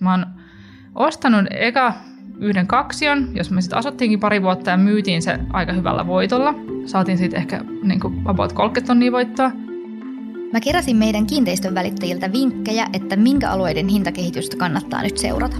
mä oon ostanut eka yhden kaksion, jos me sitten asuttiinkin pari vuotta ja myytiin se aika hyvällä voitolla. Saatiin siitä ehkä about 30 000 voittoa. Mä keräsin meidän kiinteistön välittäjiltä vinkkejä, että minkä alueiden hintakehitystä kannattaa nyt seurata.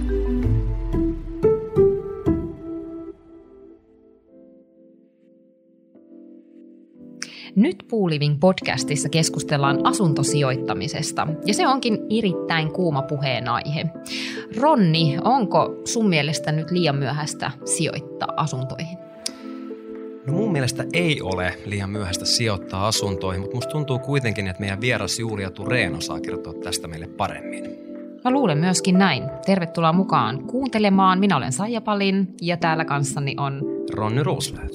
Nyt Puuliving podcastissa keskustellaan asuntosijoittamisesta, ja se onkin erittäin kuuma puheenaihe. Ronni, onko sun mielestä nyt liian myöhäistä sijoittaa asuntoihin? No mun mielestä ei ole liian myöhäistä sijoittaa asuntoihin, mutta musta tuntuu kuitenkin, että meidän vieras Julia Turén osaa kertoa tästä meille paremmin. Mä luulen myöskin näin. Tervetuloa mukaan kuuntelemaan. Minä olen Saija Palin ja täällä kanssani on Ronny Roslöv.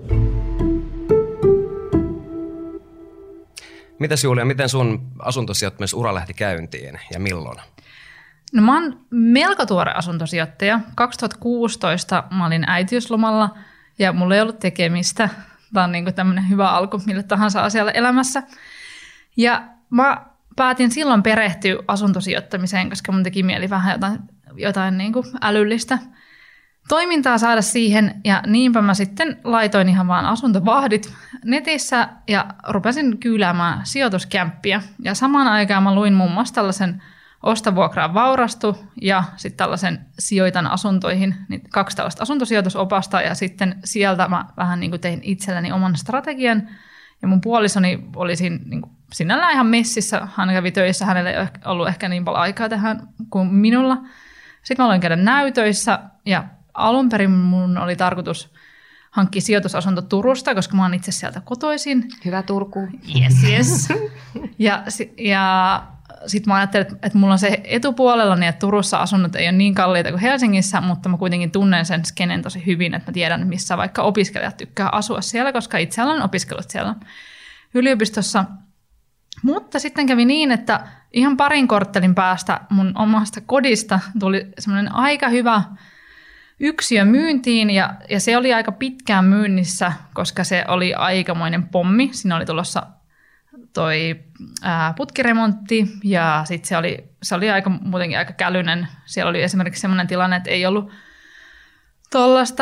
Mitäs Julia, miten sun asuntosijoittamisura lähti käyntiin ja milloin? No mä oon melko tuore asuntosijoittaja. 2016 mä olin äitiyslomalla ja mulla ei ollut tekemistä. Tämä on niinku tämmöinen hyvä alku mille tahansa asialle elämässä. Ja mä päätin silloin perehtyä asuntosijoittamiseen, koska mun teki mieli vähän jotain niinku älyllistä toimintaa saada siihen, ja niinpä mä sitten laitoin ihan vaan asuntovahdit netissä ja rupesin kyyläämään sijoituskämppiä. Ja samaan aikaan mä luin muun muassa tällaisen Osta-vuokraa vaurastu ja sitten tällaisen Sijoitan asuntoihin, niin 2 tällaista asuntosijoitusopasta, ja sitten sieltä mä vähän niin kuin tein itselleni oman strategian. Ja mun puolisoni oli siinä niin kuin sinällään ihan messissä, hän kävi töissä, hänellä ei ollut ehkä niin paljon aikaa tähän kuin minulla. Sitten mä aloin käydä näytöissä, ja alun perin mun oli tarkoitus hankkia sijoitusasunto Turusta, koska mä oon itse sieltä kotoisin. Hyvä Turku. Yes. Ja sitten mä ajattelin, että mulla on se etupuolella, niin että Turussa asunnot ei ole niin kalliita kuin Helsingissä, mutta mä kuitenkin tunnen sen skenen tosi hyvin, että mä tiedän, missä vaikka opiskelijat tykkää asua siellä, koska itse olen opiskellut siellä yliopistossa. Mutta sitten kävi niin, että ihan parin korttelin päästä mun omasta kodista tuli semmoinen aika hyvä yksiö myyntiin, ja se oli aika pitkään myynnissä, koska se oli aikamoinen pommi. Siinä oli tulossa toi putkiremontti, ja sitten se oli muutenkin aika kälyinen. Siellä oli esimerkiksi semmoinen tilanne, että ei ollut tuollaista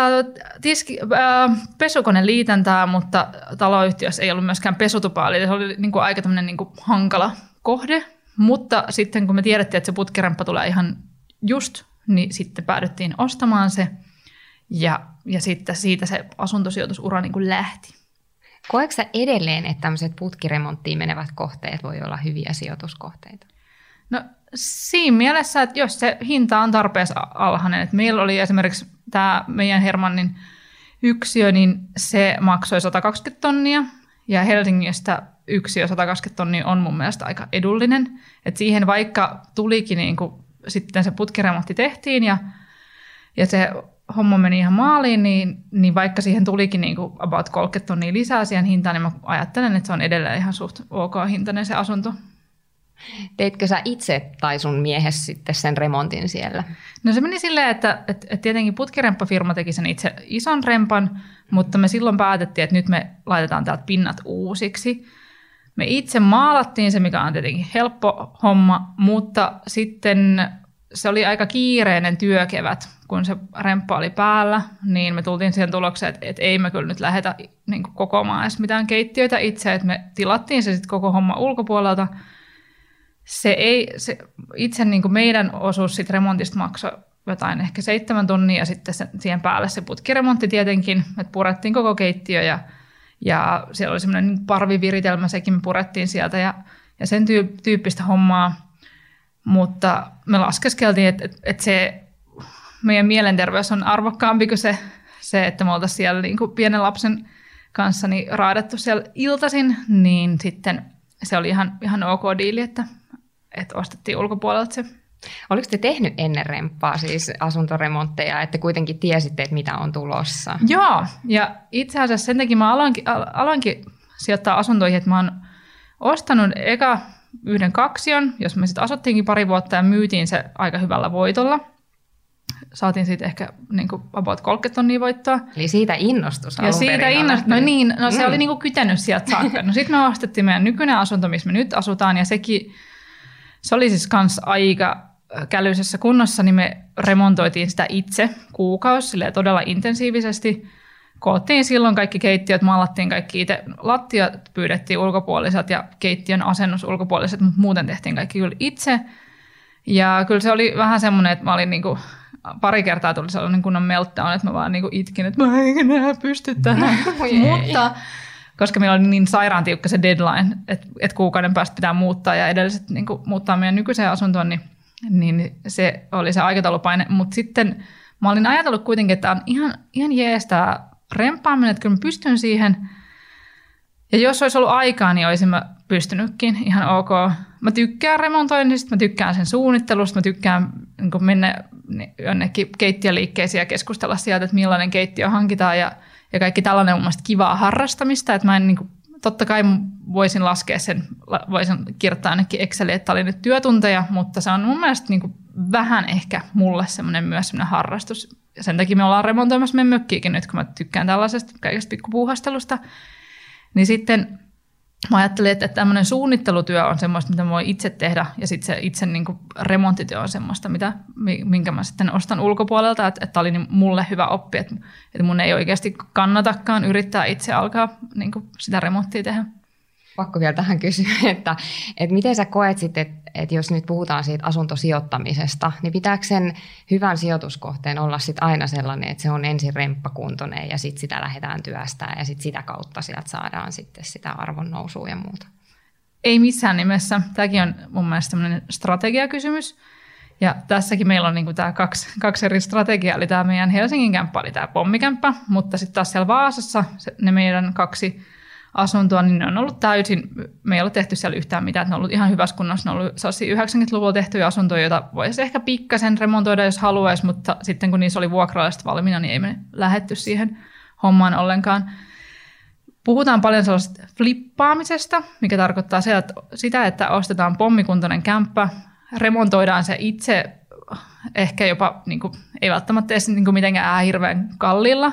pesukoneliitäntää, mutta taloyhtiössä ei ollut myöskään pesutupaa, eli se oli niin kuin aika tämmöinen niin kuin hankala kohde. Mutta sitten kun me tiedettiin, että se putkiremppa tulee ihan just, niin sitten päädyttiin ostamaan se, ja sitten siitä se asuntosijoitusura niin kuin lähti. Koetko sä edelleen, että tämmöiset putkiremonttiin menevät kohteet voi olla hyviä sijoituskohteita? No siinä mielessä, että jos se hinta on tarpeeksi alhainen, että meillä oli esimerkiksi tämä meidän Hermannin yksiö, niin se maksoi 120 000, ja Helsingistä yksiö 120 000 on mun mielestä aika edullinen, että siihen vaikka tulikin niin kuin sitten se putkiremontti tehtiin ja se homma meni ihan maaliin, niin vaikka siihen tulikin niin kuin about 30 000 lisää siihen hintaan, niin mä ajattelen, että se on edelleen ihan suht ok hintainen se asunto. Teitkö sä itse tai sun miehes sitten sen remontin siellä? No se meni silleen, että tietenkin putkiremppafirma teki sen itse ison rempan, mutta me silloin päätettiin, että nyt me laitetaan täältä pinnat uusiksi. Me itse maalattiin se, mikä on tietenkin helppo homma, mutta sitten se oli aika kiireinen työkevät, kun se remppa oli päällä, niin me tultiin siihen tulokseen, että ei me kyllä nyt lähdetä niin kuin kokoamaan edes mitään keittiöitä itse, että me tilattiin se sitten koko homma ulkopuolelta. Se itse niin kuin meidän osuus sit remontista maksoi jotain ehkä 7 000, ja sitten siihen päälle se putkiremontti tietenkin, että purettiin koko keittiö, ja siellä oli semmoinen parviviritelmä, sekin me purettiin sieltä, ja sen tyyppistä hommaa. Mutta me laskeskeltiin, että se meidän mielenterveys on arvokkaampi kuin se että me oltaisiin siellä niin kuin pienen lapsen kanssa niin raadattu siellä iltaisin, niin sitten se oli ihan ok diili, että ostettiin ulkopuolelta se. Oliko te tehnyt ennen remppaa siis asuntoremontteja, että kuitenkin tiesitte, että mitä on tulossa? Joo, ja itse asiassa sen takia mä aloinkin sijoittaa asuntoihin, että mä oon ostanut eka yhden kaksion, jos me sitten asuttiinkin pari vuotta ja myytiin se aika hyvällä voitolla. Saatiin siitä ehkä niin kuin about 30 000 voittoa. Eli siitä innostus alun perin. Ja siitä innostus, se oli niin kuin kytänyt sieltä saakka. No sitten me ostettiin meidän nykyinen asunto, missä me nyt asutaan, ja se oli siis kans aika kälyisessä kunnossa, niin me remontoitiin sitä itse kuukausi todella intensiivisesti. Koottiin silloin kaikki keittiöt, maalattiin kaikki itse. Lattiat pyydettiin ulkopuoliset ja keittiön asennus ulkopuoliset, mutta muuten tehtiin kaikki kyllä itse. Ja kyllä se oli vähän semmoinen, että mä olin niinku, pari kertaa tuli sellainen kunnon meltdown, että mä vaan niinku itkin, että mä en enää pysty tähän. Mutta koska meillä oli niin sairaan tiukka se deadline, että kuukauden päästä pitää muuttaa ja edelliset niinku, muuttaa meidän nykyiseen asuntoon, niin se oli se aikataulupaine. Mutta sitten mä olin ajatellut kuitenkin, että on ihan jees tää rempaaminen, että kyllä mä pystyn siihen. Ja jos olisi ollut aikaa, niin olisin mä pystynytkin ihan ok. Mä tykkään remontoinnista, mä tykkään sen suunnittelusta, mä tykkään niin mennä jonnekin keittiöliikkeisiin ja keskustella sieltä, että millainen keittiö hankitaan ja kaikki tällainen on mun mielestä kivaa harrastamista. Että mä en, niin kuin, totta kai voisin laskea sen, voisin kirjoittaa ainakin Exceliin, että oli nyt työtunteja, mutta se on mun mielestä niin kuin vähän ehkä mulle semmoinen myös semmoinen harrastus. Ja sen takia me ollaan remontoimassa meidän mökkiäkin nyt, kun mä tykkään tällaisesta kaikesta pikkupuuhastelusta. Niin sitten mä ajattelin, että tämmöinen suunnittelutyö on semmoista, mitä mä voin itse tehdä. Ja sitten se itse niin kuin remonttityö on semmoista, minkä mä sitten ostan ulkopuolelta. Että oli mulle hyvä oppi, että mun ei oikeasti kannatakaan yrittää itse alkaa niin kuin sitä remonttia tehdä. Pakko vielä tähän kysyä, että miten sä koet sitten, että jos nyt puhutaan siitä asuntosijoittamisesta, niin pitääkö sen hyvän sijoituskohteen olla sitten aina sellainen, että se on ensin remppakuntoinen ja sitten sitä lähdetään työstämään ja sitten sitä kautta sieltä saadaan sitten sitä arvonnousua ja muuta? Ei missään nimessä. Tämäkin on mun mielestä sellainen strategiakysymys. Ja tässäkin meillä on niinku tämä kaksi eri strategiaa. Eli tämä meidän Helsingin kämppä oli tämä pommikämppä, mutta sitten taas siellä Vaasassa ne meidän 2 asuntoa, niin ne on ollut täysin, me ei ole tehty siellä yhtään mitään, ne on ollut ihan hyvässä kunnossa, ne on ollut 90-luvulla tehtyjä asuntoja, joita voisi ehkä pikkasen remontoida, jos haluaisi, mutta sitten kun niissä oli vuokralaista valmiina, niin ei me lähdetty siihen hommaan ollenkaan. Puhutaan paljon sellaisesta flippaamisesta, mikä tarkoittaa sitä, että ostetaan pommikuntoinen kämppä, remontoidaan se itse, ehkä jopa niin kuin, ei välttämättä edes niin kuin mitenkään hirveän kalliilla,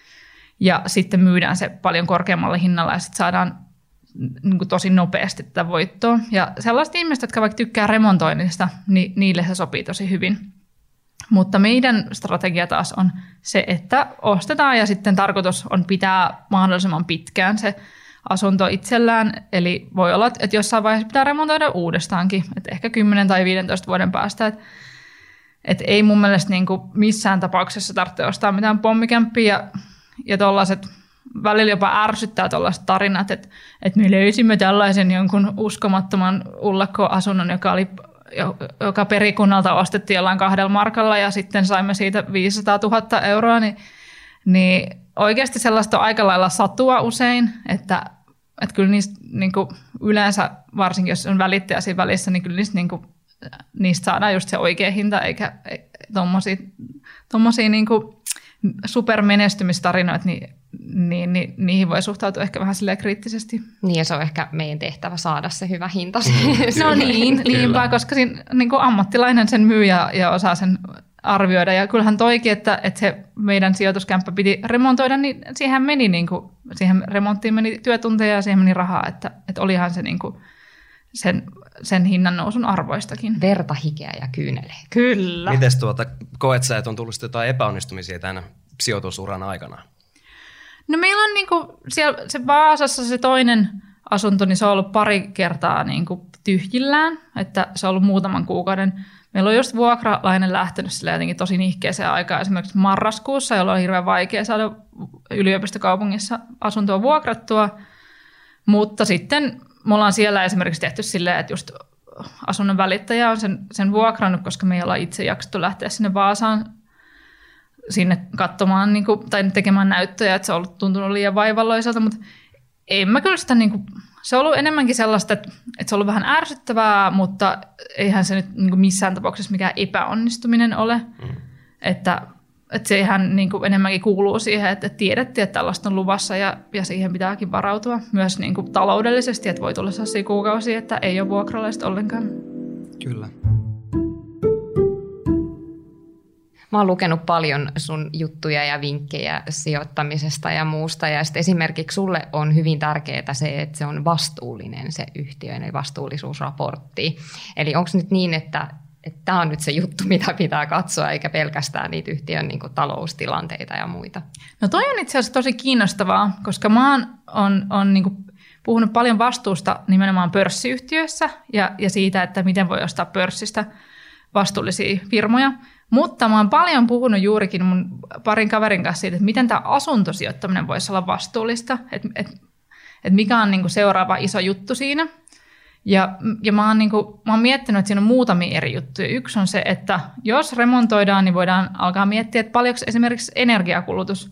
ja sitten myydään se paljon korkeammalle hinnalla ja sitten saadaan niin kuin tosi nopeasti tätä voittoa. Ja sellaiset ihmiset, jotka vaikka tykkää remontoinnista, niin niille se sopii tosi hyvin. Mutta meidän strategia taas on se, että ostetaan ja sitten tarkoitus on pitää mahdollisimman pitkään se asunto itsellään. Eli voi olla, että jossain vaiheessa pitää remontoida uudestaankin, että ehkä 10 tai 15 vuoden päästä. Että ei mun mielestä niin kuin missään tapauksessa tarvitse ostaa mitään pommikämppiä. Ja tuollaiset, välillä jopa ärsyttää tuollaiset tarinat, että me löysimme tällaisen jonkun uskomattoman ullakkoasunnon, joka perikunnalta ostettiin jollain 2 markalla ja sitten saimme siitä 500 000 euroa, niin oikeasti sellaista on aika lailla satua usein, että kyllä niistä niin kuin yleensä, varsinkin jos on välittäjä siinä välissä, niin kyllä niistä saadaan just se oikea hinta, eikä tommosia niin kuin supermenestymistarinoita, niin niihin voi suhtautua ehkä vähän silleen kriittisesti. Niin, ja se on ehkä meidän tehtävä saada se hyvä hinta. No niin, niinpä, koska siinä, niin kuin ammattilainen sen myy ja osaa sen arvioida. Ja kyllähän toikin, että se meidän sijoituskämppä piti remontoida, niin siihen remonttiin meni työtunteja ja siihen meni rahaa, että olihan se niin kuin sen hinnan nousun arvoistakin. Verta, hikeä ja kyyneleitä. Kyllä. Mites koet sä, että on tullut jotain epäonnistumisia tämän sijoitusuran aikana? No meillä on niinku siellä se Vaasassa se toinen asunto, niin se on ollut pari kertaa niinku tyhjillään, että se on ollut muutaman kuukauden. Meillä on just vuokralainen lähtenyt sille jotenkin tosi nihkeeseen aikaan, esimerkiksi marraskuussa, jolloin on hirveän vaikea saada yliopistokaupungissa asuntoa vuokrattua, mutta sitten me ollaan siellä esimerkiksi tehty silleen, että just asunnon välittäjä on sen vuokrannut, koska me ei olla itse jaksettu lähteä sinne Vaasaan sinne katsomaan tai tekemään näyttöjä, että se on tuntunut liian vaivalloiselta, mutta en mä kyllä sitä, se on ollut enemmänkin sellaista, että se on ollut vähän ärsyttävää, mutta eihän se nyt missään tapauksessa mikään epäonnistuminen ole, että sehän enemmänkin kuuluu siihen, että tiedettiin, että tällaista on luvassa ja siihen pitääkin varautua myös taloudellisesti, että voi tulla sellaisia kuukausia, että ei ole vuokralaista ollenkaan. Kyllä. Mä oon lukenut paljon sun juttuja ja vinkkejä sijoittamisesta ja muusta, ja sitten esimerkiksi sulle on hyvin tärkeää se, että se on vastuullinen se yhtiön vastuullisuusraportti. Eli onko nyt niin, että tämä on nyt se juttu, mitä pitää katsoa, eikä pelkästään niitä yhtiön niin kuin taloustilanteita ja muita. No toi on itse asiassa tosi kiinnostavaa, koska mä oon niin kuin puhunut paljon vastuusta nimenomaan pörssiyhtiöissä ja siitä, että miten voi ostaa pörssistä vastuullisia firmoja. Mutta mä oon paljon puhunut juurikin mun parin kaverin kanssa siitä, että miten tämä asuntosijoittaminen voisi olla vastuullista, että mikä on niin kuin seuraava iso juttu siinä. Ja mä oon miettinyt, että siinä on muutamia eri juttuja. Yksi on se, että jos remontoidaan, niin voidaan alkaa miettiä, että paljonko esimerkiksi energiakulutus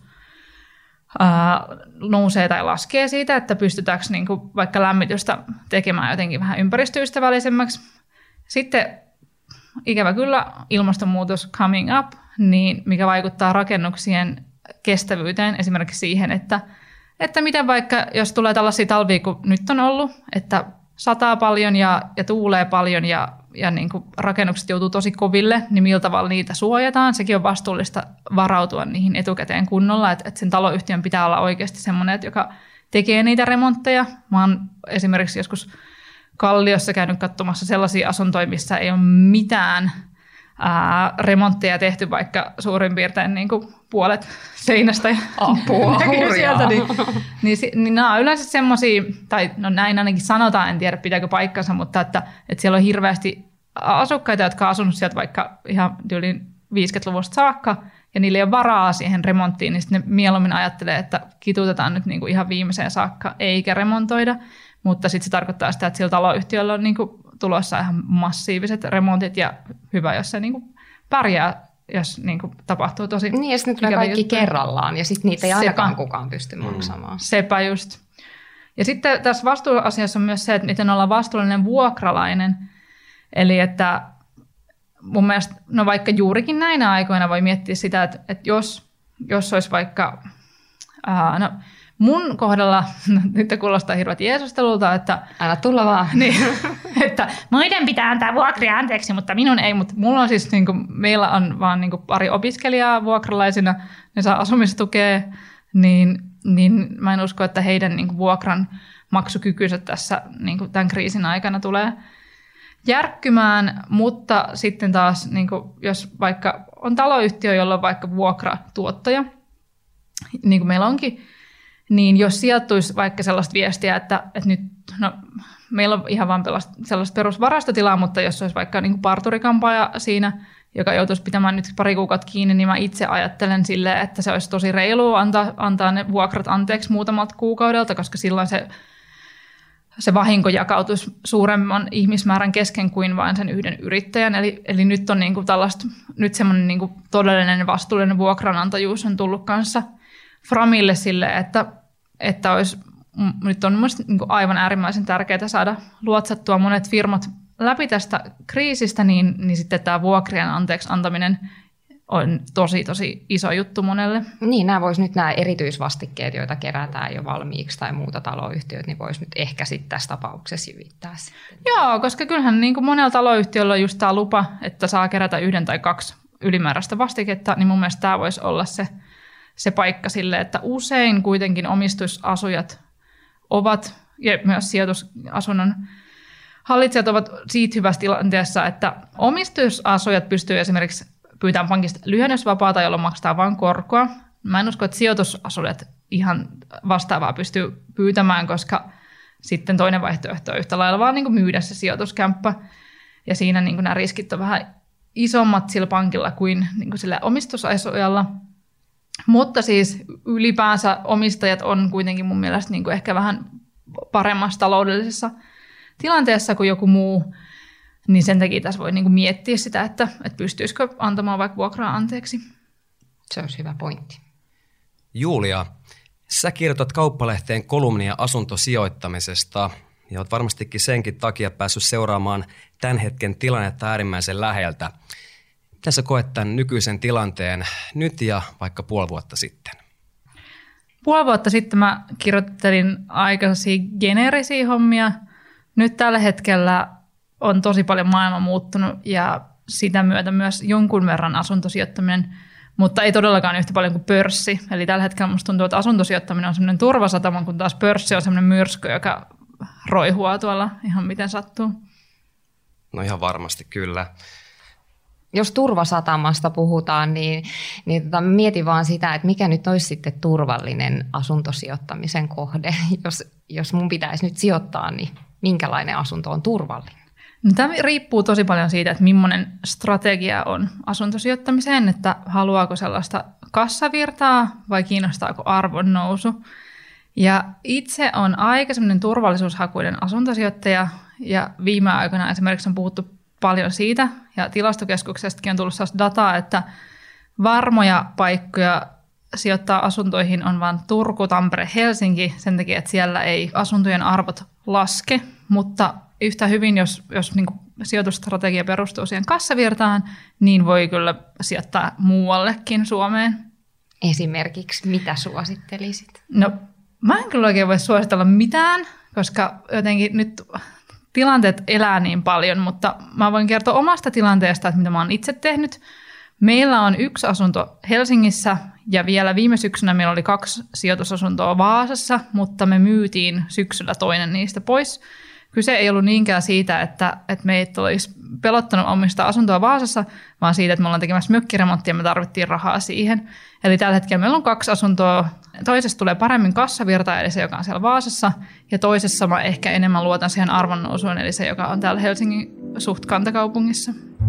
nousee tai laskee siitä, että pystytäänkö niin kuin vaikka lämmitystä tekemään jotenkin vähän ympäristöystävällisemmäksi. Sitten ikävä kyllä ilmastonmuutos coming up, niin mikä vaikuttaa rakennuksien kestävyyteen, esimerkiksi siihen, että miten vaikka jos tulee tällaisia talvia kuin nyt on ollut, että sataa paljon ja tuulee paljon ja niin kuin rakennukset joutuu tosi koville, niin millä tavalla niitä suojataan. Sekin on vastuullista varautua niihin etukäteen kunnolla, että sen taloyhtiön pitää olla oikeasti semmoinen, joka tekee niitä remontteja. Mä oon esimerkiksi joskus Kalliossa käynyt katsomassa sellaisia asuntoja, missä ei ole mitään remontteja tehty, vaikka suurin piirtein niin kuin puolet seinästä ja apua sieltä, niin nämä on yleensä semmoisia, tai no näin ainakin sanotaan, en tiedä pitääkö paikkansa, mutta että siellä on hirveästi asukkaita, jotka on asunut sieltä vaikka ihan yli 50-luvusta saakka, ja niillä ei ole varaa siihen remonttiin, niin sitten ne mieluummin ajattelee, että kitutetaan nyt niin kuin ihan viimeiseen saakka, eikä remontoida, mutta sitten se tarkoittaa sitä, että sillä taloyhtiöllä on niin kuin tulossa ihan massiiviset remontit, ja hyvä, jos se niin kuin pärjää, jos niin kuin tapahtuu tosi niin, ja sitten tulee kaikki kerrallaan, ja sitten niitä ei ainakaan kukaan pysty maksamaan. Sepä just. Ja sitten tässä vastuuasiassa on myös se, että miten ollaan vastuullinen vuokralainen. Eli että mun mielestä, no vaikka juurikin näinä aikoina voi miettiä sitä, että jos olisi vaikka, no mun kohdalla, nyt kuulostaa hirveät jeesustelulta, että aina tulla vaan. Niin, että muiden pitää antaa vuokria anteeksi, mutta minun ei. Mutta mulla on siis, niin kuin, meillä on vaan niin kuin pari opiskelijaa vuokralaisina, ne saa asumistukea, niin mä en usko, että heidän niin kuin vuokran maksukykynsä tässä niin kuin tämän kriisin aikana tulee järkkymään, mutta sitten taas, niin kuin, jos vaikka on taloyhtiö, jolla on vaikka vuokratuottoja, niin kuin meillä onkin, niin jos sijoittuisi vaikka sellaista viestiä, että nyt, no meillä on ihan vaan sellaista perusvarastotilaa, mutta jos olisi vaikka niin kuin parturikampaaja siinä, joka joutuisi pitämään nyt pari kuukautta kiinni, niin mä itse ajattelen silleen, että se olisi tosi reilua antaa ne vuokrat anteeksi muutamalta kuukaudelta, koska silloin se vahinko jakautuisi suuremman ihmismäärän kesken kuin vain sen yhden yrittäjän. Eli nyt on niin kuin nyt semmoinen niin kuin todellinen vastuullinen vuokranantajuus on tullut kanssa framille sille, että olisi, nyt on mielestäni niin kuin aivan äärimmäisen tärkeää saada luotsattua monet firmat läpi tästä kriisistä, niin sitten tämä vuokrien anteeksi antaminen on tosi iso juttu monelle. Niin, nämä erityisvastikkeet, joita kerätään jo valmiiksi tai muuta taloyhtiöt, niin voisi nyt ehkä sitten tässä tapauksessa jyvittää sitten. Joo, koska kyllähän niin kuin monella taloyhtiöllä on just tämä lupa, että saa kerätä 1 tai 2 ylimääräistä vastiketta, niin mun mielestä tämä voisi olla se paikka sille, että usein kuitenkin omistusasujat ovat, ja myös sijoitusasunnon hallitsijat ovat siitä hyvässä tilanteessa, että omistusasujat pystyy esimerkiksi pyytämään pankista lyhennysvapaata, jolloin maksetaan vain korkoa. Mä en usko, että sijoitusasujat ihan vastaavaa pystyy pyytämään, koska sitten toinen vaihtoehto on yhtä lailla vaan niin kuin myydä se sijoituskämppä. Ja siinä niin kuin nämä riskit on vähän isommat sillä pankilla kuin sillä omistusasujalla. Mutta siis ylipäänsä omistajat on kuitenkin mun mielestä niin kuin ehkä vähän paremmassa taloudellisessa tilanteessa kuin joku muu, niin sen takia tässä voi niin kuin miettiä sitä, että pystyisikö antamaan vaikka vuokraa anteeksi. Se olisi hyvä pointti. Julia, sä kirjoitat Kauppalehteen kolumnia asuntosijoittamisesta ja olet varmastikin senkin takia päässyt seuraamaan tämän hetken tilannetta äärimmäisen läheltä. Miten sä koet tämän nykyisen tilanteen nyt ja vaikka puoli vuotta sitten? Puoli vuotta sitten mä kirjoittelin aikaisia geneerisiä hommia. Nyt tällä hetkellä on tosi paljon maailma muuttunut ja sitä myötä myös jonkun verran asuntosijoittaminen, mutta ei todellakaan yhtä paljon kuin pörssi. Eli tällä hetkellä musta tuntuu, että asuntosijoittaminen on semmoinen turvasatama, kun taas pörssi on semmoinen myrsky, joka roihuaa tuolla ihan miten sattuu. No ihan varmasti kyllä. Jos turvasatamasta puhutaan, niin mietin vaan sitä, että mikä nyt olisi sitten turvallinen asuntosijoittamisen kohde. Jos mun pitäisi nyt sijoittaa, niin minkälainen asunto on turvallinen? No, tämä riippuu tosi paljon siitä, että millainen strategia on asuntosijoittamiseen, että haluaako sellaista kassavirtaa vai kiinnostaako arvonnousu. Ja itse on aika semmoinen turvallisuushakuinen asuntosijoittaja ja viime aikoina esimerkiksi on puhuttu paljon siitä ja tilastokeskuksestakin on tullut sellaista dataa, että varmoja paikkoja sijoittaa asuntoihin on vain Turku, Tampere, Helsinki sen takia, että siellä ei asuntojen arvot laske, mutta yhtä hyvin, jos niin kuin sijoitusstrategia perustuu siihen kassavirtaan, niin voi kyllä sijoittaa muuallekin Suomeen. Esimerkiksi mitä suosittelisit? No, mä en kyllä oikein voi suositella mitään, koska jotenkin nyt tilanteet elää niin paljon, mutta mä voin kertoa omasta tilanteesta, että mitä mä oon itse tehnyt. Meillä on 1 asunto Helsingissä ja vielä viime syksynä meillä oli 2 sijoitusasuntoa Vaasassa, mutta me myytiin syksyllä toinen niistä pois. Kyse ei ollut niinkään siitä, että meitä olisi pelottanut omistaa asuntoa Vaasassa, vaan siitä, että me ollaan tekemässä mökkiremonttia ja me tarvittiin rahaa siihen. Eli tällä hetkellä meillä on 2 asuntoa. Toisessa tulee paremmin kassavirta, eli se, joka on siellä Vaasassa, ja toisessa mä ehkä enemmän luotan siihen arvonnousuun, eli se, joka on täällä Helsingin suht kantakaupungissa.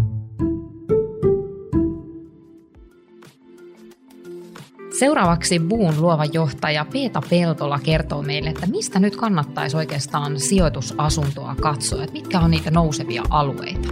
Seuraavaksi Buun luova johtaja Peeta Peltola kertoo meille, että mistä nyt kannattaisi oikeastaan sijoitusasuntoa katsoa, että mitkä on niitä nousevia alueita.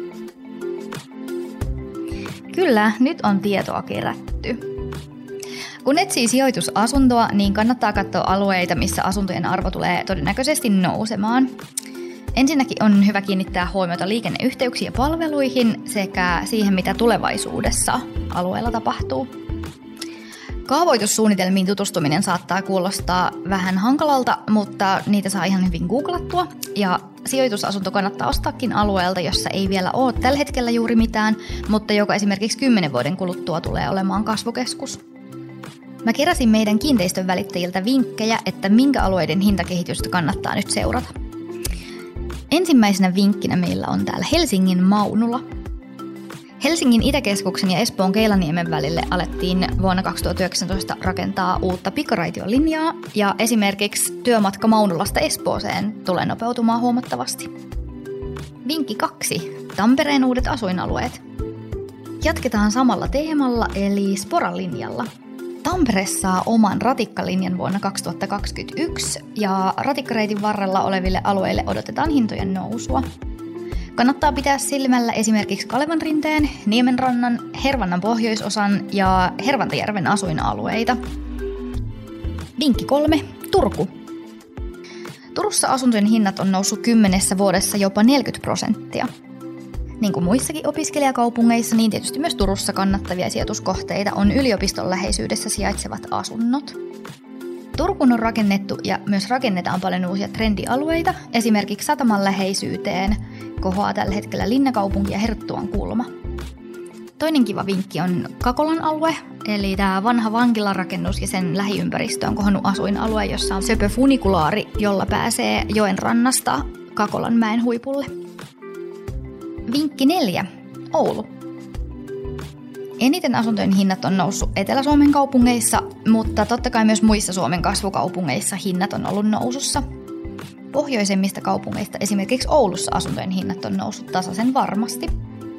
Kyllä, nyt on tietoa kerätty. Kun etsii sijoitusasuntoa, niin kannattaa katsoa alueita, missä asuntojen arvo tulee todennäköisesti nousemaan. Ensinnäkin on hyvä kiinnittää huomiota liikenneyhteyksiin ja palveluihin sekä siihen, mitä tulevaisuudessa alueella tapahtuu. Kaavoitussuunnitelmiin tutustuminen saattaa kuulostaa vähän hankalalta, mutta niitä saa ihan hyvin googlattua. Ja sijoitusasunto kannattaa ostaakin alueelta, jossa ei vielä ole tällä hetkellä juuri mitään, mutta joka esimerkiksi 10 vuoden kuluttua tulee olemaan kasvukeskus. Mä keräsin meidän kiinteistön välittäjiltä vinkkejä, että minkä alueiden hintakehitystä kannattaa nyt seurata. Ensimmäisenä vinkkinä meillä on täällä Helsingin Maunula. Helsingin Itäkeskuksen ja Espoon Keilaniemen välille alettiin vuonna 2019 rakentaa uutta pikaraitiolinjaa ja esimerkiksi työmatka Maunulasta Espooseen tulee nopeutumaan huomattavasti. Vinkki 2. Tampereen uudet asuinalueet. Jatketaan samalla teemalla eli Spora-linjalla. Tampere saa oman ratikkalinjan vuonna 2021 ja ratikkareitin varrella oleville alueille odotetaan hintojen nousua. Kannattaa pitää silmällä esimerkiksi Kalevanrinteen, Niemenrannan, Hervannan pohjoisosan ja Hervantajärven asuinalueita. Vinkki 3. Turku. Turussa asuntojen hinnat on noussut 10 vuodessa jopa 40%. Niin kuin muissakin opiskelijakaupungeissa, niin tietysti myös Turussa kannattavia sijoituskohteita on yliopiston läheisyydessä sijaitsevat asunnot. Turkuun on rakennettu ja myös rakennetaan paljon uusia trendialueita, esimerkiksi sataman läheisyyteen kohoaa tällä hetkellä Linnakaupunki ja Herttuan kulma. Toinen kiva vinkki on Kakolan alue, eli tämä vanha vankilarakennus ja sen lähiympäristö on kohonnut asuinalue, jossa on söpö funikulaari, jolla pääsee joen rannasta Kakolan mäen huipulle. Vinkki 4. Oulu. Eniten asuntojen hinnat on noussut Etelä-Suomen kaupungeissa, mutta totta kai myös muissa Suomen kasvukaupungeissa hinnat on ollut nousussa. Pohjoisemmista kaupungeista esimerkiksi Oulussa asuntojen hinnat on noussut tasaisen varmasti.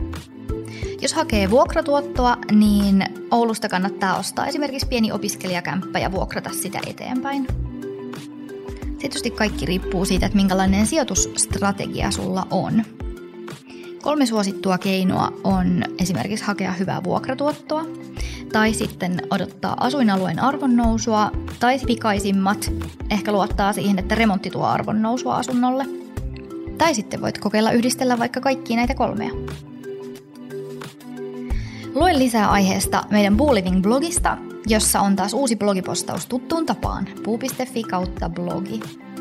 Jos hakee vuokratuottoa, niin Oulusta kannattaa ostaa esimerkiksi pieni opiskelijakämppä ja vuokrata sitä eteenpäin. Tietysti kaikki riippuu siitä, että minkälainen sijoitusstrategia sulla on. 3 suosittua keinoa on esimerkiksi hakea hyvää vuokratuottoa, tai sitten odottaa asuinalueen arvonnousua, tai pikaisimmat ehkä luottaa siihen, että remontti tuo arvonnousua asunnolle. Tai sitten voit kokeilla yhdistellä vaikka kaikkia näitä 3. Lue lisää aiheesta meidän Buuliving-blogista, jossa on taas uusi blogipostaus tuttuun tapaan, buu.fi/blogi.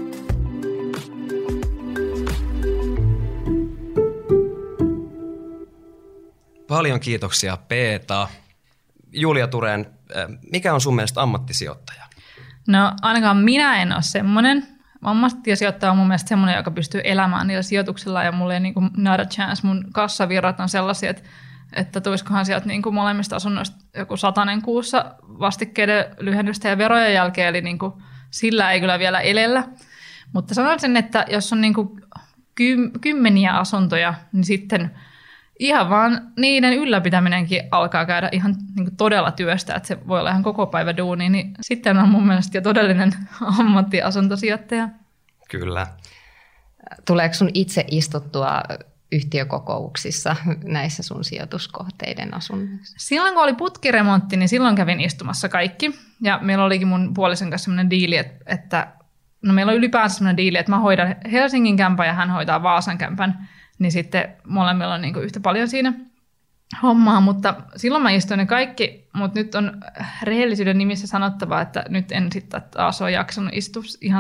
Paljon kiitoksia Peeta. Julia Turén, mikä on sun mielestä ammattisijoittaja? No ainakaan minä en ole semmoinen. Ammattisijoittaja on mun mielestä semmoinen, joka pystyy elämään niillä sijoituksilla ja mulla ei niin kuin not a chance. Mun kassavirrat on sellaisia, että että tulisikohan sieltä niin kuin molemmista asunnoista joku 100 kuussa vastikkeiden lyhennystä ja verojen jälkeen, eli niin kuin sillä ei kyllä vielä elellä. Mutta sanoisin, että jos on niin kuin kymmeniä asuntoja, niin sitten ihan vaan niiden ylläpitäminenkin alkaa käydä ihan niin kuin todella työstä, että se voi olla ihan koko päivä duuni, niin sitten on mun mielestä jo todellinen ammattiasuntosijoittaja. Kyllä. Tuleeko sun itse istuttua yhtiökokouksissa näissä sun sijoituskohteiden asunnoissa? Silloin kun oli putkiremontti, niin silloin kävin istumassa kaikki. Ja meillä olikin mun puolison kanssa sellainen diili, että meillä oli ylipäänsä sellainen diili, että mä hoidan Helsingin kämpän ja hän hoitaa Vaasan kämpän. Niin sitten molemmilla on niin kuin yhtä paljon siinä hommaa, mutta silloin mä istuin ne kaikki, mutta nyt on rehellisyyden nimissä sanottava, että nyt en sitten taas ole jaksanut istua ihan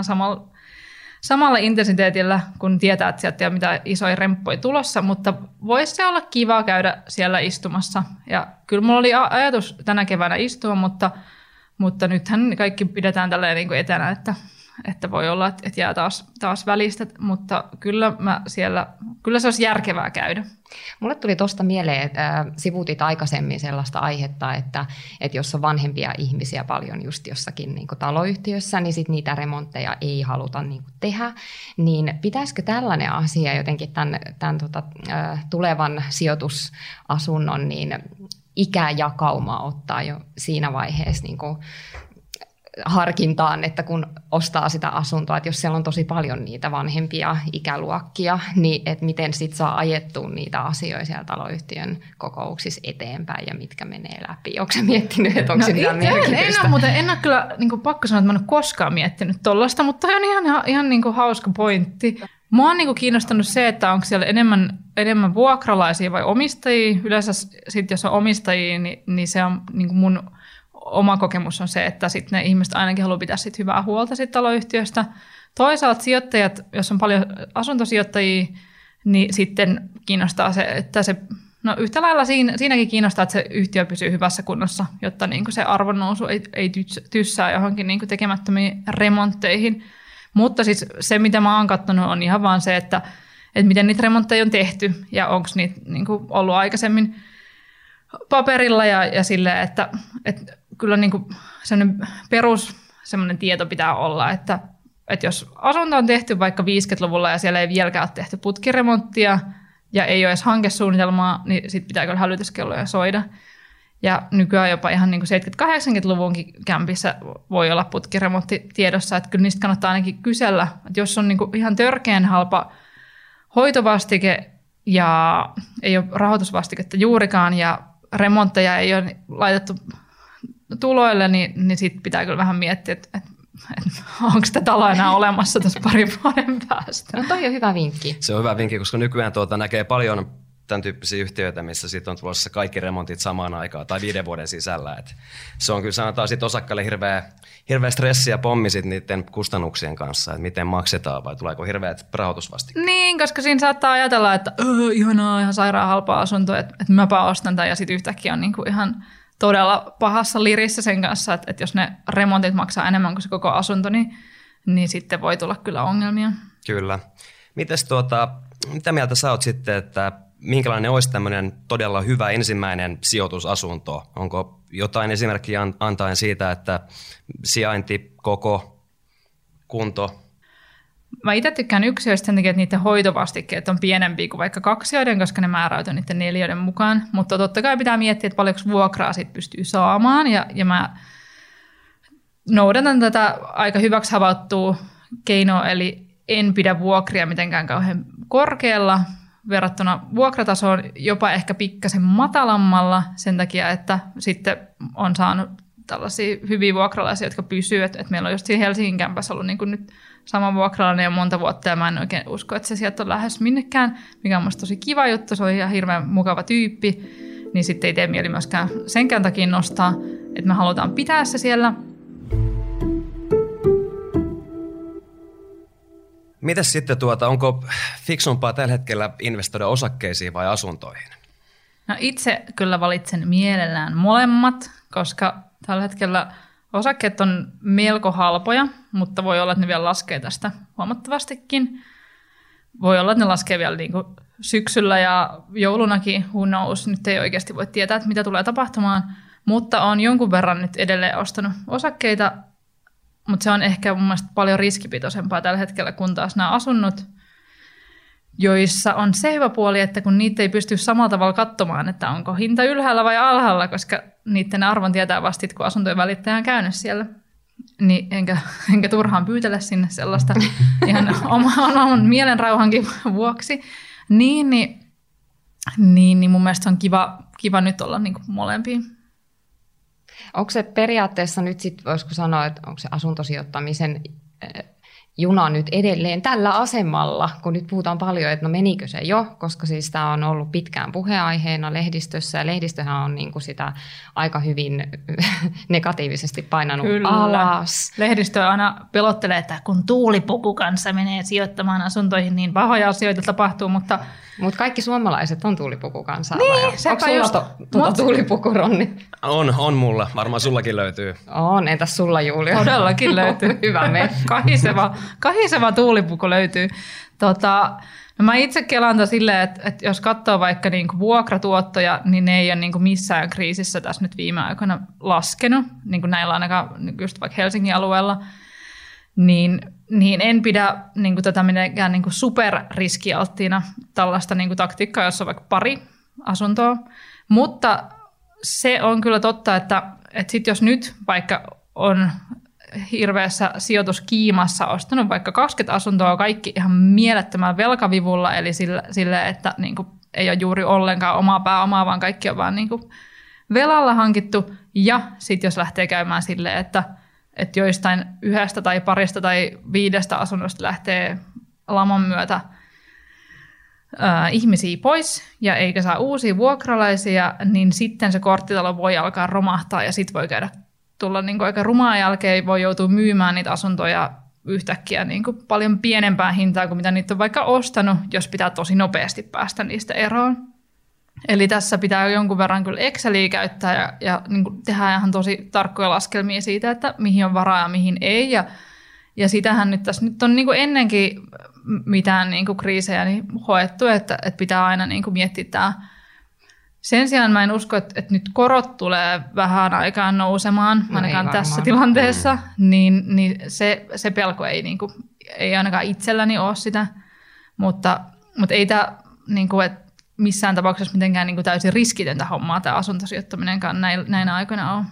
samalla intensiteetillä, kun tietää, että sieltä ei ole mitään isoja remppoja tulossa, mutta voisi se olla kiva käydä siellä istumassa. Ja kyllä mulla oli ajatus tänä keväänä istua, mutta nythän kaikki pidetään tälleen niin kuin etänä, että voi olla, että jää taas välistä, mutta kyllä se olisi järkevää käydä. Mulle tuli tuosta mieleen, että sivuutit aikaisemmin sellaista aihetta, että jos on vanhempia ihmisiä paljon just jossakin niin kuin taloyhtiössä, niin sit niitä remontteja ei haluta niin kuin tehdä. Niin pitäisikö tällainen asia jotenkin tämän tulevan sijoitusasunnon niin ikäjakauma ottaa jo siinä vaiheessa niin kuin harkintaan, että kun ostaa sitä asuntoa, että jos siellä on tosi paljon niitä vanhempia ikäluokkia, niin että miten sitten saa ajettua niitä asioita siellä taloyhtiön kokouksissa eteenpäin ja mitkä menee läpi. Onko sä miettinyt, että onko se mitään merkitystä? En ole kyllä niin pakko sanoa, että mä en ole koskaan miettinyt tollaista, mutta on ihan niin hauska pointti. Mua on niin kiinnostanut se, että onko siellä enemmän vuokralaisia vai omistajia. Yleensä sit, jos on omistajia, niin se on niin mun oma kokemus on se, että sit ne ihmiset ainakin haluaa pitää sit hyvää huolta sit taloyhtiöstä. Toisaalta sijoittajat, jos on paljon asuntosijoittajia, niin sitten kiinnostaa se, että yhtä lailla siinäkin kiinnostaa, että se yhtiö pysyy hyvässä kunnossa, jotta niin se arvonnousu ei tyssää johonkin niin tekemättömiin remontteihin. Mutta siis se, mitä mä oon katsonut, on ihan vaan se, että miten niitä remontteja on tehty ja onko niitä niin ollut aikaisemmin paperilla ja silleen, että kyllä niin sellainen semmoinen tieto pitää olla, että jos asunto on tehty vaikka 50-luvulla ja siellä ei vieläkään ole tehty putkiremonttia ja ei ole edes hankesuunnitelmaa, niin sitten pitää kyllä hälytyskelloja soida. Ja nykyään jopa ihan niin 70-80-luvunkin kämpissä voi olla putkiremontti tiedossa, että kyllä niistä kannattaa ainakin kysellä, että jos on niin ihan törkeän halpa hoitovastike ja ei ole rahoitusvastiketta juurikaan ja remontteja ei ole laitettu tuloille, niin sitten pitää kyllä vähän miettiä, että onko tätä taloa enää olemassa tässä parin vuoden päästä. No toi on hyvä vinkki. Se on hyvä vinkki, koska nykyään näkee paljon tämän tyyppisiä yhtiöitä, missä sitten on tulossa kaikki remontit samaan aikaan tai 5 vuoden sisällä. Et se on kyllä sanotaan sitten osakkaille hirveä stressi ja pommi sit niiden kustannuksien kanssa, että miten maksetaan vai tuleeko hirveät rahoitusvastikkeet. Niin, koska siinä saattaa ajatella, että ihanaa, ihan sairaan halpaa asuntoa, että mäpä ostan tämän ja sitten yhtäkkiä on niinku ihan todella pahassa lirissä sen kanssa, että jos ne remontit maksaa enemmän kuin se koko asunto, niin sitten voi tulla kyllä ongelmia. Kyllä. Mites mitä mieltä sä oot sitten, että minkälainen olisi tämmöinen todella hyvä ensimmäinen sijoitusasunto? Onko jotain esimerkkiä antaen siitä, että sijainti, koko, kunto? Mä itse tykkään yksiöistä sen takia, että niiden hoitovastikkeet on pienempiä kuin vaikka kaksioiden, koska ne määräytyy niiden 4 mukaan. Mutta totta kai pitää miettiä, että paljonko vuokraa siitä pystyy saamaan. Ja mä noudatan tätä aika hyväksi havaittua keinoa, eli en pidä vuokria mitenkään kauhean korkealla verrattuna vuokratasoon, jopa ehkä pikkasen matalammalla sen takia, että sitten on saanut tällaisia hyviä vuokralaisia, jotka pysyy. Että meillä on just siinä Helsingin kämpässä ollut niin kuin nyt sama vuokralainen jo monta vuotta ja mä en oikein usko, että se sieltä on lähes minnekään, mikä on musta tosi kiva juttu, se on ihan hirveän mukava tyyppi, niin sitten ei tee mieli myöskään senkään takia nostaa, että me halutaan pitää se siellä. Mitäs sitten onko fiksumpaa tällä hetkellä investoida osakkeisiin vai asuntoihin? No itse kyllä valitsen mielellään molemmat, koska tällä hetkellä osakkeet on melko halpoja, mutta voi olla, että ne vielä laskee tästä huomattavastikin. voi olla, että ne laskee vielä niin kuin syksyllä ja joulunakin, who knows, nyt ei oikeasti voi tietää, että mitä tulee tapahtumaan, mutta on jonkun verran nyt edelleen ostanut osakkeita, mutta se on ehkä mun mielestä paljon riskipitoisempaa tällä hetkellä kuin taas nämä asunnot, joissa on se hyvä puoli, että kun niitä ei pysty samalla tavalla katsomaan, että onko hinta ylhäällä vai alhaalla, koska niiden arvon tietää vasta, kun asuntojen välittäjä on käynyt siellä. Niin enkä turhaan pyytele sinne sellaista ihan oman mielenrauhankin vuoksi. Niin mun mielestä se on kiva nyt olla niin kuin molempiin. Onko se periaatteessa nyt sitten, voisiko sanoa, että onko se asuntosijoittamisen juna nyt edelleen tällä asemalla, kun nyt puhutaan paljon, että no menikö se jo, koska siis tämä on ollut pitkään puheenaiheena lehdistössä, ja lehdistöhän on niin kuin sitä aika hyvin negatiivisesti painanut alas. Lehdistö aina pelottelee, että kun tuulipuku kanssa menee sijoittamaan asuntoihin, niin pahoja asioita tapahtuu, mutta kaikki suomalaiset on tuulipuku kanssa. Niin, onko sulla tuulipuku, Ronni? On mulla. Varmaan sullakin löytyy. On, entäs sulla, Julia? Todellakin löytyy. Hyvä me. Kahiseva tuulipuku löytyy. No mä itse kelaan silleen, että jos katsoo vaikka niinku vuokratuottoja, niin ne ei ole niinku missään kriisissä tässä nyt viime aikoina laskenut, niin kuin näillä ainakaan just vaikka Helsingin alueella, niin en pidä niinku tätä mitenkään niinku superriskialttiina tällaista niinku taktiikkaa, jossa on vaikka pari asuntoa. Mutta se on kyllä totta, että sit jos nyt vaikka on hirveässä sijoituskiimassa ostanut vaikka 20 asuntoa, kaikki ihan mielettömän velkavivulla, eli sille että niinku ei ole juuri ollenkaan omaa pääomaa, vaan kaikki on vaan niinku velalla hankittu. Ja sitten jos lähtee käymään silleen, että joistain yhdestä tai parista tai 5 asunnosta lähtee laman myötä ihmisiä pois ja eikä saa uusia vuokralaisia, niin sitten se korttitalo voi alkaa romahtaa ja sitten voi tulla niin kuin aika rumaa jälkeen, voi joutua myymään niitä asuntoja yhtäkkiä niin kuin paljon pienempään hintaan kuin mitä niitä on vaikka ostanut, jos pitää tosi nopeasti päästä niistä eroon. Eli tässä pitää jonkun verran kyllä Exceliä käyttää ja niin kuin tehdään ihan tosi tarkkoja laskelmia siitä, että mihin on varaa ja mihin ei. Ja sitähän nyt tässä nyt on niin kuin ennenkin mitään niin kuin kriisejä niin hoettu, että pitää aina niin kuin miettiä tämä. Sen sijaan mä en usko, että nyt korot tulee vähän aikaan nousemaan, ainakaan tässä tilanteessa, niin se pelko ei, niin kuin, ei ainakaan itselläni ole sitä, mutta ei tämä niin kuin, että missään tapauksessa mitenkään niin kuin täysin riskitöntä hommaa tämä asuntosijoittaminenkaan näinä aikoina on.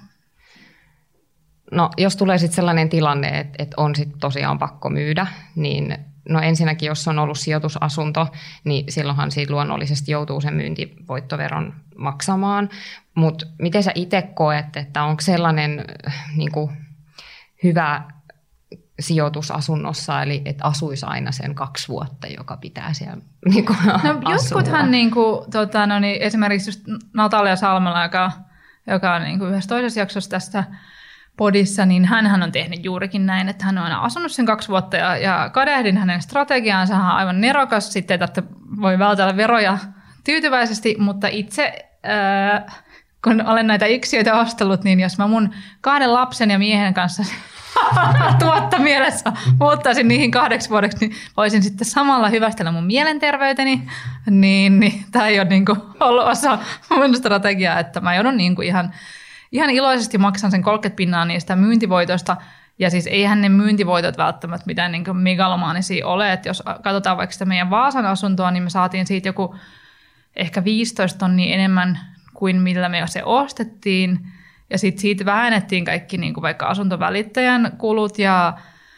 No jos tulee sitten sellainen tilanne, että on sitten tosiaan pakko myydä, niin no ensinnäkin, jos on ollut sijoitusasunto, niin silloinhan siitä luonnollisesti joutuu sen myyntivoittoveron maksamaan. Mutta miten sä itse koet, että onko sellainen niin kuin hyvä sijoitusasunnossa, eli että asuisi aina sen 2 vuotta, joka pitää siellä niin kuin no, jotkuthan niin kuin, esimerkiksi just Natalia Salmela, joka on niin kuin yhdessä toisessa jaksossa tästä podissa, niin hänhän on tehnyt juurikin näin, että hän on aina asunut sen 2 vuotta ja kadehdin hänen strategiaansa, hän on aivan nerokas, sitten että voi vältellä veroja tyytyväisesti, mutta itse kun olen näitä yksiöitä ostellut, niin jos mä mun 2 lapsen ja miehen kanssa tuotta mielessä muuttaisin niihin 2 vuodeksi, niin voisin sitten samalla hyvästellä mun mielenterveyteni, niin tämä ei ole niin kuin ollut osa mun strategiaa, että mä joudun niin kuin ihan iloisesti maksan sen 30% niistä myyntivoitoista, ja siis eihän ne myyntivoitot välttämättä mitään niin kuin megalomaanisia ole, että jos katsotaan vaikka sitä meidän Vaasan asuntoa, niin me saatiin siitä joku ehkä 15 tonnia enemmän kuin millä me se ostettiin, ja sitten siitä vähennettiin kaikki niin kuin vaikka asuntovälittäjän kulut ja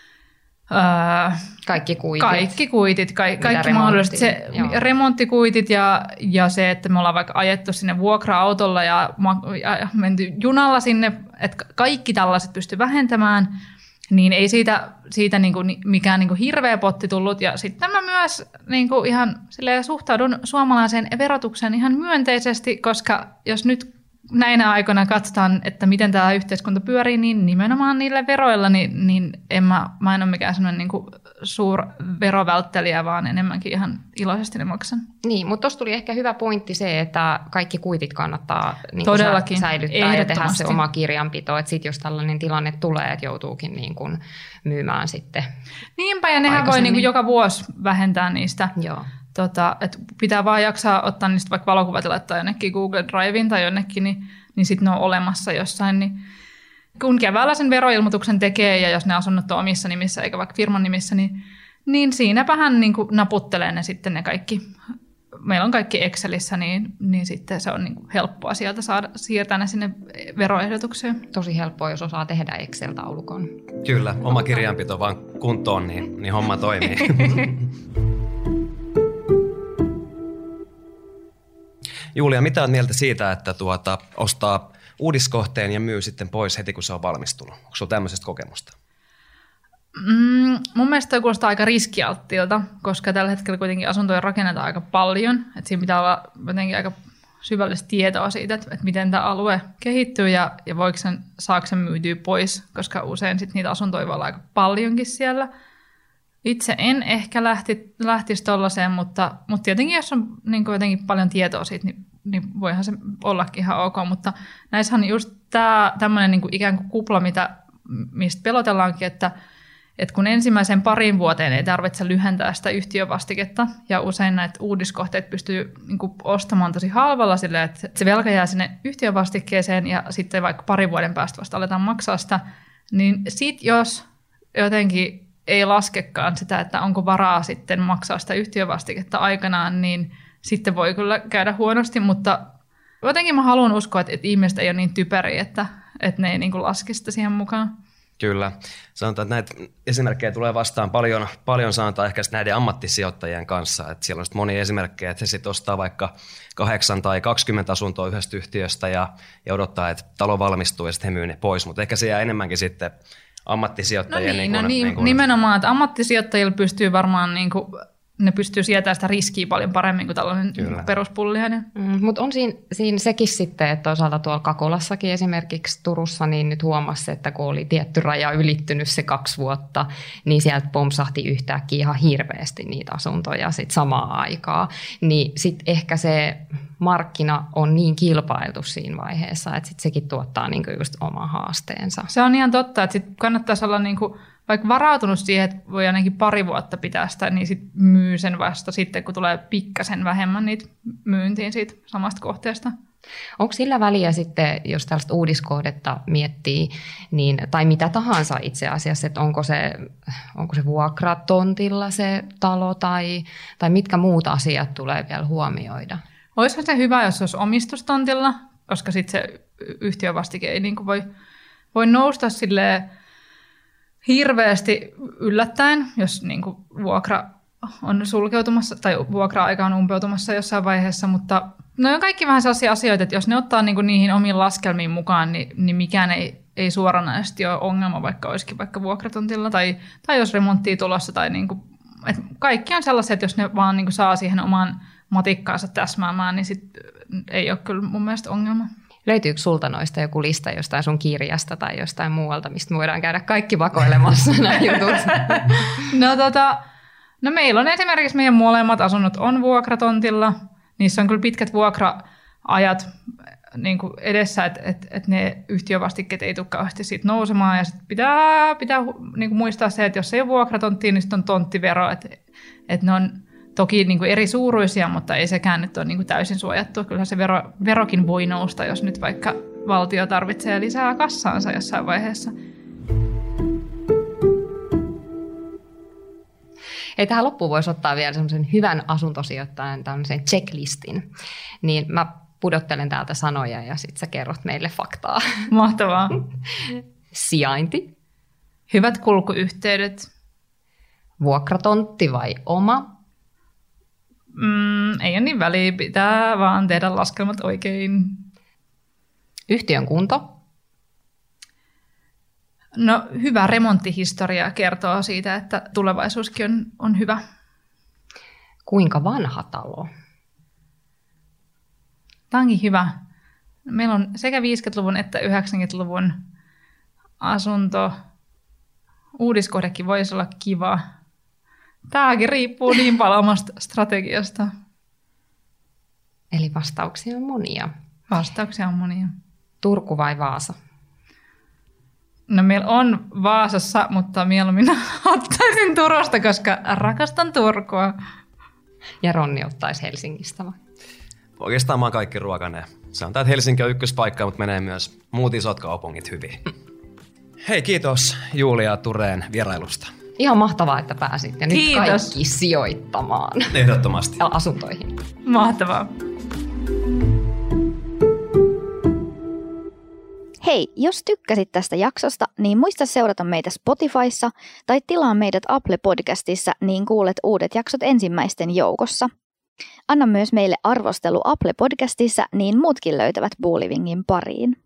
kaikki kuitit, kaikki mahdolliset, remonttikuitit ja se, että me ollaan vaikka ajettu sinne vuokra-autolla ja menty junalla sinne, että kaikki tällaiset pysty vähentämään, niin ei siitä niin kuin mikään niin kuin hirveä potti tullut. Ja sitten mä myös niin kuin ihan suhtaudun suomalaiseen verotukseen ihan myönteisesti, koska jos nyt näinä aikoina katsotaan, että miten tämä yhteiskunta pyörii, niin nimenomaan niillä veroilla, niin mä en ole mikään sellainen niin kuin suur verovälttelijä, vaan enemmänkin ihan iloisesti ne maksan. Niin, mutta tuossa tuli ehkä hyvä pointti se, että kaikki kuitit kannattaa niin todellakin säilyttää ja tehdä se oma kirjanpito, että sitten jos tällainen tilanne tulee, että joutuukin niin kuin myymään sitten. Niinpä, ja nehän voi niin kuin joka vuosi vähentää niistä. Joo. Että pitää vaan jaksaa ottaa niistä vaikka valokuvat ja laittaa jonnekin Google Driveen tai jonnekin, niin sitten ne on olemassa jossain. Niin kun keväällä sen veroilmoituksen tekee ja jos ne asunnot on omissa nimissä eikä vaikka firman nimissä, niin siinäpähän niin kuin naputtelee ne sitten ne kaikki. Meillä on kaikki Excelissä, niin sitten se on niin kuin helppoa sieltä siirtää ne sinne veroehdotukseen. Tosi helppoa, jos osaa tehdä Excel-taulukon. Kyllä, oma kirjanpito vaan kuntoon, niin homma toimii. Julia, mitä on mieltä siitä, että ostaa uudiskohteen ja myy sitten pois heti, kun se on valmistunut? Onko sinulla tämmöisestä kokemusta? Mun mielestä toi kuulostaa aika riskialttiilta, koska tällä hetkellä kuitenkin asuntoja rakennetaan aika paljon. Että siinä pitää olla jotenkin aika syvällistä tietoa siitä, että miten tämä alue kehittyy ja saako sen myytyä pois, koska usein sit niitä asuntoja voi olla aika paljonkin siellä. Itse en ehkä lähtisi tollaiseen, mutta tietenkin jos on niin jotenkin paljon tietoa siitä, niin voihan se ollakin ihan ok. Mutta näissä on just tämmöinen niin ikään kuin kupla, mistä pelotellaankin, että kun ensimmäisen parin vuoteen ei tarvitse lyhentää sitä yhtiövastiketta, ja usein näitä uudiskohteet pystyy niin kuin ostamaan tosi halvalla silleen, että se velka jää sinne yhtiövastikkeeseen, ja sitten vaikka parin vuoden päästä vasta aletaan maksaa sitä, niin sit jos jotenkin ei laskekaan sitä, että onko varaa sitten maksaa sitä yhtiövastiketta aikanaan, niin sitten voi kyllä käydä huonosti, mutta jotenkin mä haluan uskoa, että ihmiset ei ole niin typeriä, että ne ei niin kuin laske sitä siihen mukaan. Kyllä. Sanotaan, että näitä esimerkkejä tulee vastaan paljon sanotaan ehkä näiden ammattisijoittajien kanssa. Että siellä on monia esimerkkejä, että he sitten ostaa vaikka 8 tai 20 asuntoa yhdestä yhtiöstä ja odottaa, että talo valmistuu ja sitten he myy ne pois. Mutta ehkä se jää enemmänkin sitten ammattisijoittajien... Nimenomaan, että ammattisijoittajilla pystyy varmaan... Ne pystyy sietämään sitä riskiä paljon paremmin kuin tällainen peruspullihainen. Mutta on siinä sekin sitten, että toisaalta tuolla Kakolassakin esimerkiksi Turussa, niin nyt huomasi, että kun oli tietty raja ylittynyt se 2 vuotta, niin sieltä pompsahti yhtäkkiä ihan hirveästi niitä asuntoja sit samaan aikaan. Niin sitten ehkä se markkina on niin kilpailtu siinä vaiheessa, että sit sekin tuottaa niinku just oma haasteensa. Se on ihan totta, että sit kannattaisi olla niinku vaikka varautunut siihen, että voi ainakin 2 vuotta pitää sitä, niin sit myy sen vasta sitten, kun tulee pikkasen vähemmän niitä myyntiin siitä samasta kohteesta. Onko sillä väliä sitten, jos tällaista uudiskohdetta miettii, niin, tai mitä tahansa itse asiassa, että onko se vuokratontilla se talo, tai mitkä muut asiat tulee vielä huomioida? Olisihan se hyvä, jos se olisi omistustontilla, koska sitten se yhtiövastike ei niin kuin voi nousta silleen hirveästi yllättäen, jos niin kuin vuokra on sulkeutumassa tai vuokra-aika on umpeutumassa jossain vaiheessa, mutta ne on kaikki vähän sellaisia asioita, että jos ne ottaa niin kuin niihin omiin laskelmiin mukaan, niin mikään ei suoranaisesti ole ongelma, vaikka olisikin vaikka vuokratontilla tai jos remonttia tulossa. Tai niin kuin, että kaikki on sellaiset, että jos ne vaan niin kuin saa siihen omaan matikkaansa täsmäämään, niin sit ei ole kyllä mun mielestä ongelma. Löytyykö sulta noista joku lista jostain sun kirjasta tai jostain muualta, mistä me voidaan käydä kaikki vakoilemassa nämä jutut? No meillä on esimerkiksi meidän molemmat asunnot on vuokratontilla. Niissä on kyllä pitkät vuokra-ajat niin kuin edessä, että ne yhtiövastikkeet ei tule kauheasti siitä nousemaan. Ja sit pitää niin kuin muistaa se, että jos ei ole vuokratonttia, niin sitten on tonttivero. Että ne on toki niin kuin eri suuruisia, mutta ei sekään nyt ole niin kuin täysin suojattu. Kyllähän se verokin voi nousta, jos nyt vaikka valtio tarvitsee lisää kassaansa jossain vaiheessa. Ei, tähän loppuun voisi ottaa vielä semmoisen hyvän asuntosijoittajan tämmöisen checklistin. Niin mä pudottelen täältä sanoja ja sitten sä kerrot meille faktaa. Mahtavaa. Sijainti. Hyvät kulkuyhteydet. Vuokratontti vai oma? Ei ole niin väliä, pitää vaan tehdä laskelmat oikein. Yhtiön kunto. No hyvä remonttihistoria kertoo siitä, että tulevaisuuskin on hyvä. Kuinka vanha talo? Tämä onkin hyvä. Meillä on sekä 50-luvun että 90-luvun asunto. Uudiskohdekin voisi olla kiva. Tämäkin riippuu niin paljon omasta strategiasta. Eli vastauksia on monia. Vastauksia on monia. Turku vai Vaasa? No meillä on Vaasassa, mutta mieluummin ottaisin Turusta, koska rakastan Turkua. Ja Ronni ottaisi Helsingistä vai? Oikeastaan mä oon kaikki ruokaneen. Se on tää, että Helsinki on ykköspaikka, mutta menee myös muut isot kaupungit hyvin. Hei, kiitos Julia ja Tureen vierailusta. Ihan mahtavaa, että pääsit. Ja nyt Kiitos. kaikki sijoittamaan Ehdottomasti. asuntoihin. Mahtavaa. Hei, jos tykkäsit tästä jaksosta, niin muista seurata meitä Spotifyssa tai tilaa meidät Apple Podcastissa, niin kuulet uudet jaksot ensimmäisten joukossa. Anna myös meille arvostelu Apple Podcastissa, niin muutkin löytävät Boolivingin pariin.